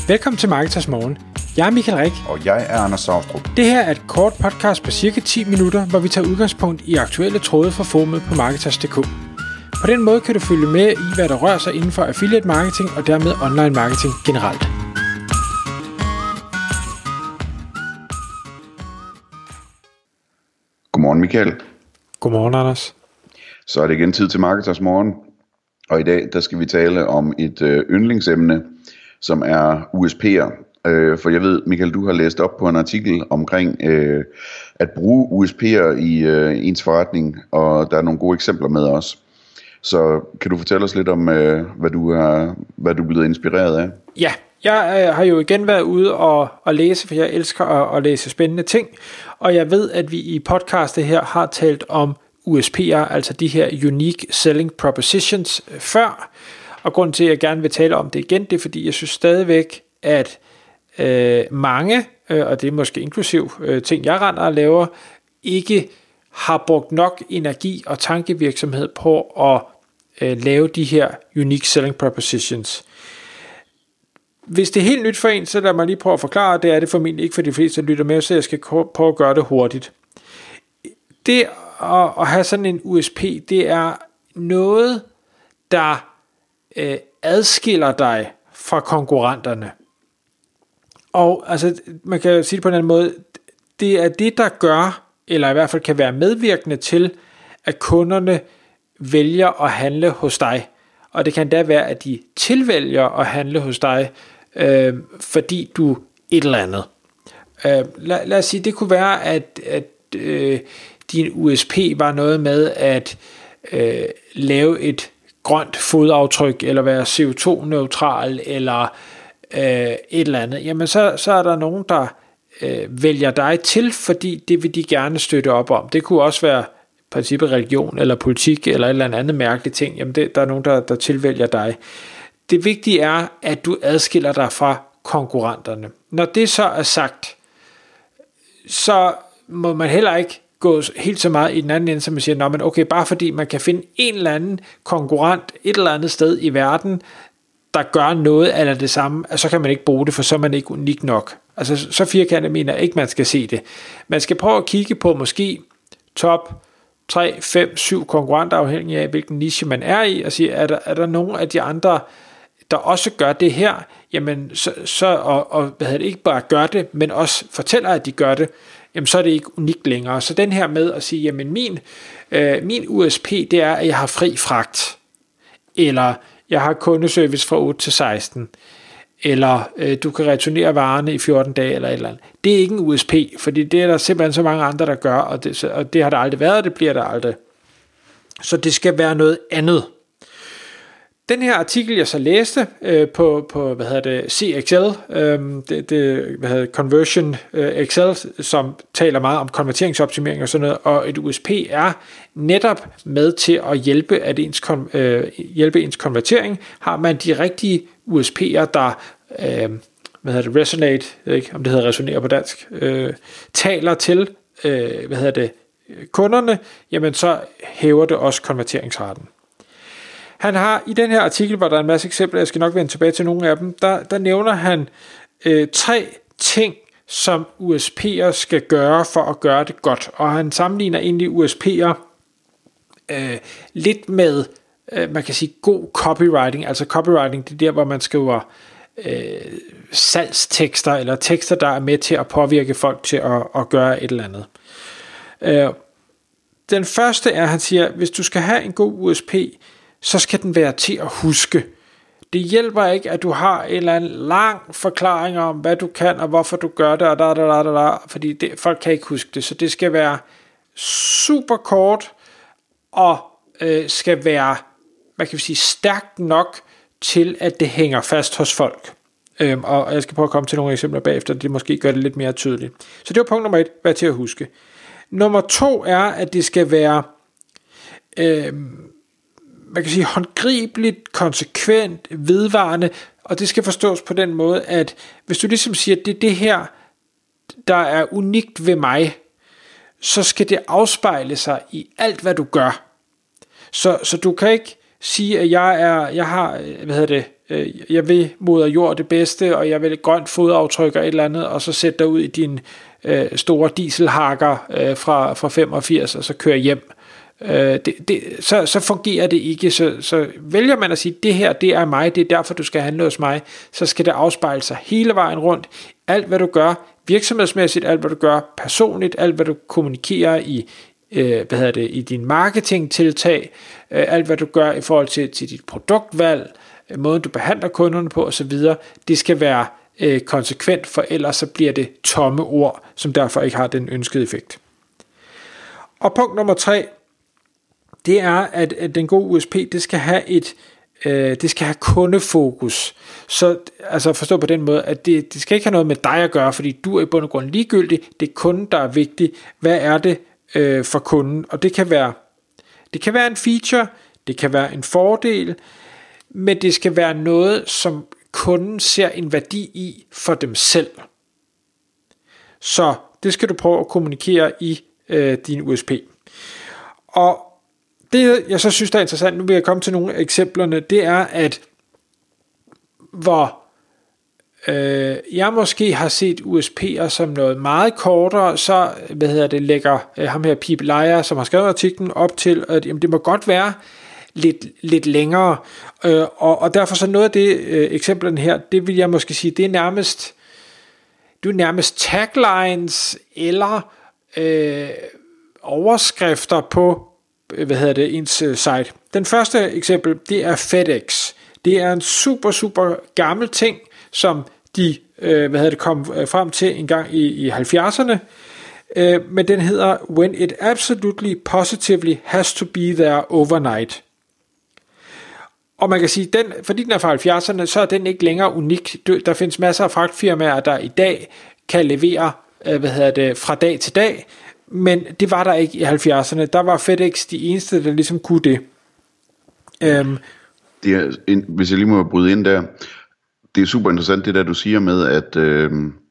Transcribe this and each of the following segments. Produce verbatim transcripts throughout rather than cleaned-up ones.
Velkommen til Marketers Morgen. Jeg er Michael Rik. Og jeg er Anders Saustrup. Det her er et kort podcast på cirka ti minutter, hvor vi tager udgangspunkt i aktuelle tråde fra forumet på Marketers punktum d k. På den måde kan du følge med i, hvad der rører sig inden for affiliate marketing og dermed online marketing generelt. Godmorgen Michael. Godmorgen Anders. Så er det igen tid til Marketers Morgen. Og i dag der skal vi tale om et øh, yndlingsemne, som er U S P'er. Øh, for jeg ved, Michael, du har læst op på en artikel omkring øh, at bruge U S P'er i øh, ens forretning, og der er nogle gode eksempler med os. Så kan du fortælle os lidt om, øh, hvad, du er, hvad du er blevet inspireret af? Ja, jeg øh, har jo igen været ude og, og læse, for jeg elsker at, at læse spændende ting. Og jeg ved, at vi i podcastet her har talt om U S P'er, altså de her Unique Selling Propositions øh, før. Og grunden til, at jeg gerne vil tale om det igen, det er, fordi jeg synes stadigvæk, at øh, mange, øh, og det er måske inklusiv øh, ting, jeg render og laver, ikke har brugt nok energi og tankevirksomhed på at øh, lave de her Unique Selling Propositions. Hvis det er helt nyt for en, så lad mig lige prøve at forklare, det er det formentlig ikke for de fleste, der lytter med, så jeg skal prøve at gøre det hurtigt. Det at, at have sådan en U S P, det er noget, der øh, adskiller dig fra konkurrenterne. Og altså, man kan sige det på en anden måde, det er det, der gør, eller i hvert fald kan være medvirkende til, at kunderne vælger at handle hos dig. Og det kan da være, at de tilvælger at handle hos dig, øh, fordi du et eller andet. Øh, lad, lad os sige, det kunne være, at, at øh, din U S P var noget med at øh, lave et grønt fodaftryk, eller være C O to neutral, eller øh, et eller andet. Jamen så, så er der nogen, der øh, vælger dig til, fordi det vil de gerne støtte op om. Det kunne også være princippet religion, eller politik, eller et eller andet mærkeligt ting. Jamen det, der er nogen, der, der tilvælger dig. Det vigtige er, at du adskiller dig fra konkurrenterne. Når det så er sagt, så må man heller ikke gå helt så meget i den anden ende, som man siger, nå, men okay, bare fordi man kan finde en eller anden konkurrent et eller andet sted i verden, der gør noget eller det samme, så kan man ikke bruge det, for så er man ikke unik nok. Altså, så firkantet mener jeg ikke, man skal se det. Man skal prøve at kigge på måske top tre, fem, syv konkurrenter, afhængig af hvilken niche man er i, og sige, er der, er der nogen af de andre, der også gør det her, jamen så, så og, og hvad hedder det, ikke bare gør det, men også fortæller, at de gør det, jamen så er det ikke unikt længere. Så den her med at sige, jamen min, øh, min U S P, det er, at jeg har fri fragt, eller jeg har kundeservice fra otte til seksten, eller øh, du kan returnere varerne i fjorten dage, eller et eller andet. Det er ikke en U S P, fordi det er der simpelthen så mange andre, der gør, og det, og det har der aldrig været, og det bliver der aldrig. Så det skal være noget andet. Den her artikel, jeg så læste øh, på, på hvad hedder det, C X L, øh, det, det hvad hedder det, Conversion øh, X L, som taler meget om konverteringsoptimering og sådan noget, og et U S P er netop med til at hjælpe, at ens, øh, hjælpe ens konvertering. Har man de rigtige U S P'er, der øh, hvad hedder det, resonate, ikke, om det hedder resonere på dansk, øh, taler til øh, hvad hedder det, kunderne, jamen så hæver det også konverteringsraten. Han har i den her artikel, hvor der er en masse eksempler, jeg skal nok vende tilbage til nogle af dem, der, der nævner han øh, tre ting, som U S P'er skal gøre for at gøre det godt. Og han sammenligner egentlig U S P'er øh, lidt med, øh, man kan sige, god copywriting. Altså copywriting, det er der, hvor man skriver øh, salgstekster, eller tekster, der er med til at påvirke folk til at, at gøre et eller andet. Øh, den første er, han siger, hvis du skal have en god U S P, så skal den være til at huske. Det hjælper ikke, at du har en eller anden lang forklaring om, hvad du kan, og hvorfor du gør det, og da, da, da, da, da, fordi det, folk kan ikke huske det. Så det skal være super kort, og øh, skal være, hvad kan vi sige, stærkt nok til, at det hænger fast hos folk. Øhm, og jeg skal prøve at komme til nogle eksempler bagefter, det måske gør det lidt mere tydeligt. Så det var punkt nummer et, hvad til at huske. Nummer to er, at det skal være Øh, man kan sige håndgribeligt, konsekvent, vedvarende, og det skal forstås på den måde, at hvis du ligesom siger, at det er det her, der er unikt ved mig, så skal det afspejle sig i alt, hvad du gør. Så, så du kan ikke sige, at jeg er, jeg har, hvad hedder det, øh, jeg vil moder jord det bedste, og jeg vil et grønt fodaftryk og et eller andet, og så sætte dig ud i din øh, store dieselhakker øh, fra, fra femogfirs, og så køre hjem. Øh, det, det, så, så fungerer det ikke. Så, så vælger man at sige, det her, det er mig, det er derfor, du skal handle hos mig, så skal det afspejle sig hele vejen rundt. Alt, hvad du gør, virksomhedsmæssigt, alt, hvad du gør personligt, alt, hvad du kommunikerer i, øh, hvad hedder det, i din marketingtiltag, øh, alt, hvad du gør i forhold til, til dit produktvalg, øh, måden, du behandler kunderne på osv., det skal være øh, konsekvent, for ellers så bliver det tomme ord, som derfor ikke har den ønskede effekt. Og punkt nummer tre, det er, at, at den gode U S P, det skal have et, øh, det skal have kundefokus. Så altså forstå på den måde, at det, det skal ikke have noget med dig at gøre, fordi du er i bund og grund ligegyldig. Det er kunden, der er vigtig. Hvad er det øh, for kunden? Og det kan være, det kan være en feature, det kan være en fordel, men det skal være noget, som kunden ser en værdi i for dem selv. Så det skal du prøve at kommunikere i øh, din U S P. Og det, jeg så synes, der er interessant, nu vil jeg komme til nogle af eksemplerne, det er, at hvor øh, jeg måske har set U S P'er som noget meget kortere, så hvad hedder det, lægger øh, ham her Pip Lejer, som har skrevet artiklen, op til, at jamen, det må godt være lidt, lidt længere. Øh, og, og derfor så noget af det øh, eksemplerne her, det vil jeg måske sige, det er nærmest, det er nærmest taglines eller øh, overskrifter på hvad hedder det, ens site. Den første eksempel, det er FedEx. Det er en super, super gammel ting, som de øh, hvad hedder det, kom frem til en gang i, i halvfjerdserne, øh, men den hedder When it absolutely positively has to be there overnight. Og man kan sige, den, fordi den er fra halvfjerdserne, så er den ikke længere unik. Der findes masser af fragtfirmaer, der i dag kan levere øh, hvad hedder det, fra dag til dag, men det var der ikke i halvfjerdserne. Der var FedEx de eneste, der ligesom kunne det. Um, det er, en, hvis jeg lige må bryde ind der, det er super interessant det der, du siger med, at øh,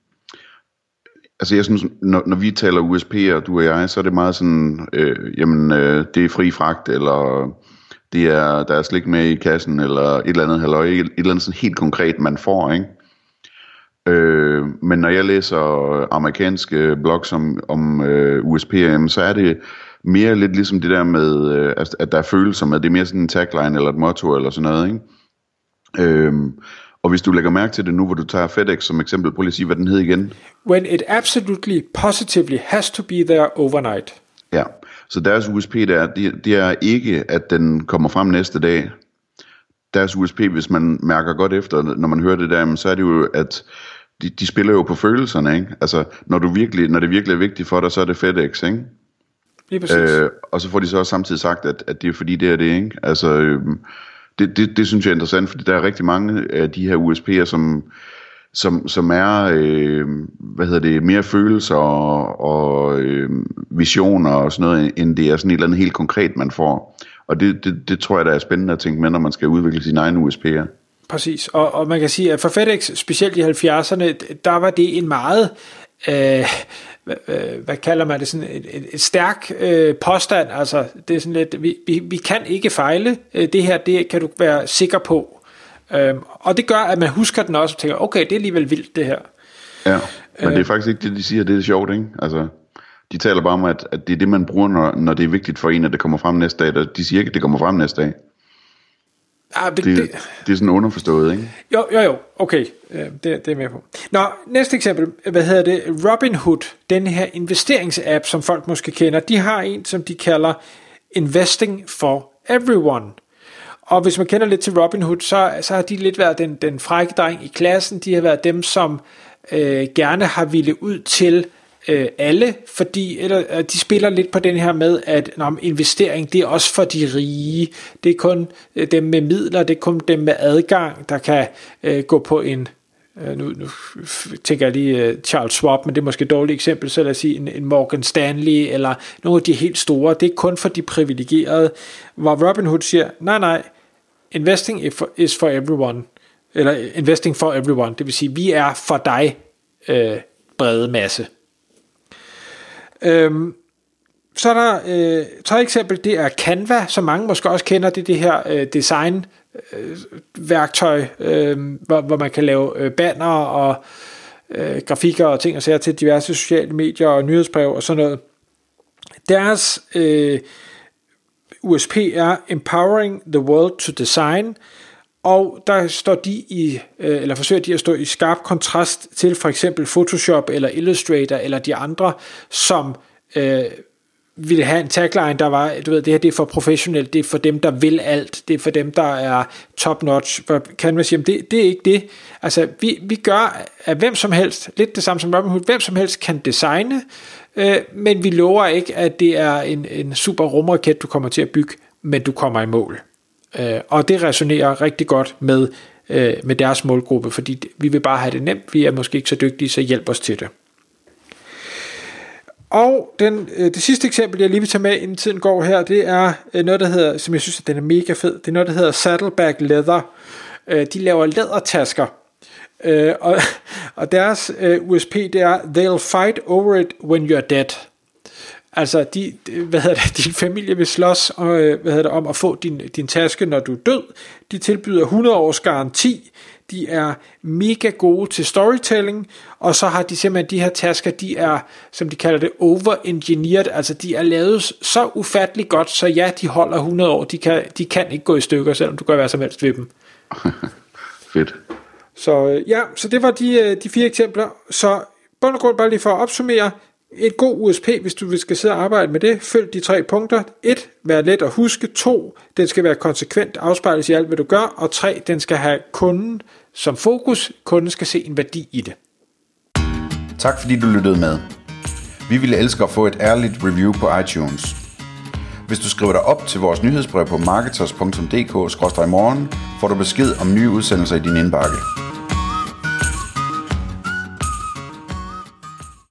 altså jeg synes, når, når vi taler U S P'er, du og jeg, så er det meget sådan, øh, jamen øh, det er fri fragt, eller det er, der er slik med i kassen, eller et eller andet halløj, et eller andet sådan helt konkret, man får, ikke? Øh, men når jeg læser amerikanske blogs om, om øh, U S P'er, så er det mere lidt ligesom det der med, øh, at der er følelser med, det er mere sådan en tagline eller et motto eller sådan noget, ikke? Øh, og hvis du lægger mærke til det nu, hvor du tager FedEx som eksempel, prøv lige at sige, hvad den hed igen. When it absolutely positively has to be there overnight. Ja, så deres U S P der, det, det er ikke, at den kommer frem næste dag. Deres U S P, hvis man mærker godt efter, når man hører det der, så er det jo, at de, de spiller jo på følelserne, ikke? Altså, når, du virkelig, når det virkelig er vigtigt for dig, så er det FedEx, ikke? Lige præcis. Øh, og så får de så også samtidig sagt, at, at det er fordi det er det, ikke? Altså, øh, det, det, det synes jeg er interessant, fordi der er rigtig mange af de her U S P'er, som, som, som er, øh, hvad hedder det, mere følelser og, og øh, visioner og sådan noget, end det er sådan et eller andet helt konkret, man får. Og det, det, det tror jeg, der er spændende at tænke med, når man skal udvikle sine egne U S P'er. Præcis, og, og man kan sige, at for FedEx, specielt i halvfjerdserne, der var det en meget, øh, hvad, hvad kalder man det, sådan et, et, et stærk øh, påstand, altså det er sådan lidt, vi, vi, vi kan ikke fejle, det her, det kan du være sikker på. Øhm, og det gør, at man husker den også, og tænker, okay, det er alligevel vildt det her. Ja, men øh, det er faktisk ikke det, de siger, det er sjovt, ikke? Altså, de taler bare om, at, at det er det, man bruger, når, når det er vigtigt for en, at det kommer frem næste dag. De siger ikke, at det kommer frem næste dag. Ja, det, det, det, det er sådan underforstået, ikke? Jo, jo, jo, okay, det, det er med på. Nå, næste eksempel, hvad hedder det? Robinhood, den her investeringsapp, som folk måske kender, de har en, som de kalder Investing for Everyone. Og hvis man kender lidt til Robinhood, så, så har de lidt været den, den frække dreng i klassen. De har været dem, som øh, gerne har ville ud til øh, alle, fordi eller, de spiller lidt på den her med, at nå, investering, det er også for de rige. Det er kun øh, dem med midler, det er kun dem med adgang, der kan øh, gå på en, øh, nu, nu tænker jeg lige øh, Charles Schwab, men det er måske et dårligt eksempel, så lad os sige en, en Morgan Stanley, eller nogle af de helt store, det er kun for de privilegerede, hvor Robinhood siger, nej nej, investing is for everyone, eller investing for everyone, det vil sige, vi er for dig øh, brede masse. Øhm, så er der øh, tredje eksempel, det er Canva, som mange måske også kender, det er det her øh, design øh, værktøj, øh, hvor, hvor man kan lave øh, banner og øh, grafikker og ting og sager til diverse sociale medier og nyhedsbrev og sådan noget. Deres øh, U S P er Empowering the World to Design, og der står de i, øh, eller forsøger de at stå i skarp kontrast til for eksempel Photoshop eller Illustrator eller de andre, som øh, ville have en tagline, der var, du ved, det her det er for professionelt, det er for dem, der vil alt, det er for dem, der er top notch. Kan man sige, det, det er ikke det. Altså, vi, vi gør, at hvem som helst, lidt det samme som Robinhood, hvem som helst kan designe, øh, men vi lover ikke, at det er en, en super rumraket, du kommer til at bygge, men du kommer i mål. Øh, og det resonerer rigtig godt med, øh, med deres målgruppe, fordi vi vil bare have det nemt, vi er måske ikke så dygtige, så hjælp os til det. Og den, øh, det sidste eksempel, jeg lige vil tage med, inden tiden går her, det er øh, noget, der hedder, som jeg synes, at den er mega fed, det er noget, der hedder Saddleback Leather. Øh, de laver lædertasker, øh, og, og deres øh, U S P, det er, they'll fight over it when you're dead. Altså, de, hvad hedder det, din familie vil slås og, hvad hedder det, om at få din, din taske, når du er død. De tilbyder hundrede års garanti. De er mega gode til storytelling, og så har de simpelthen de her tasker, de er, som de kalder det, over-engineered, altså de er lavet så ufatteligt godt, så ja, de holder hundrede år, de kan, de kan ikke gå i stykker, selvom du gør hvad som helst ved dem. Fedt. Så ja, så det var de, de fire eksempler. Så bund og grund, bare lige for at opsummere, et god U S P, hvis du skal sidde og arbejde med det, følg de tre punkter. et. Vær let at huske. to. Den skal være konsekvent, afspejles i alt, hvad du gør. Og tre. Den skal have kunden som fokus. Kunden skal se en værdi i det. Tak fordi du lyttede med. Vi ville elske at få et ærligt review på iTunes. Hvis du skriver dig op til vores nyhedsbrev på marketers punktum d k skråstreg morgen, får du besked om nye udsendelser i din indbakke.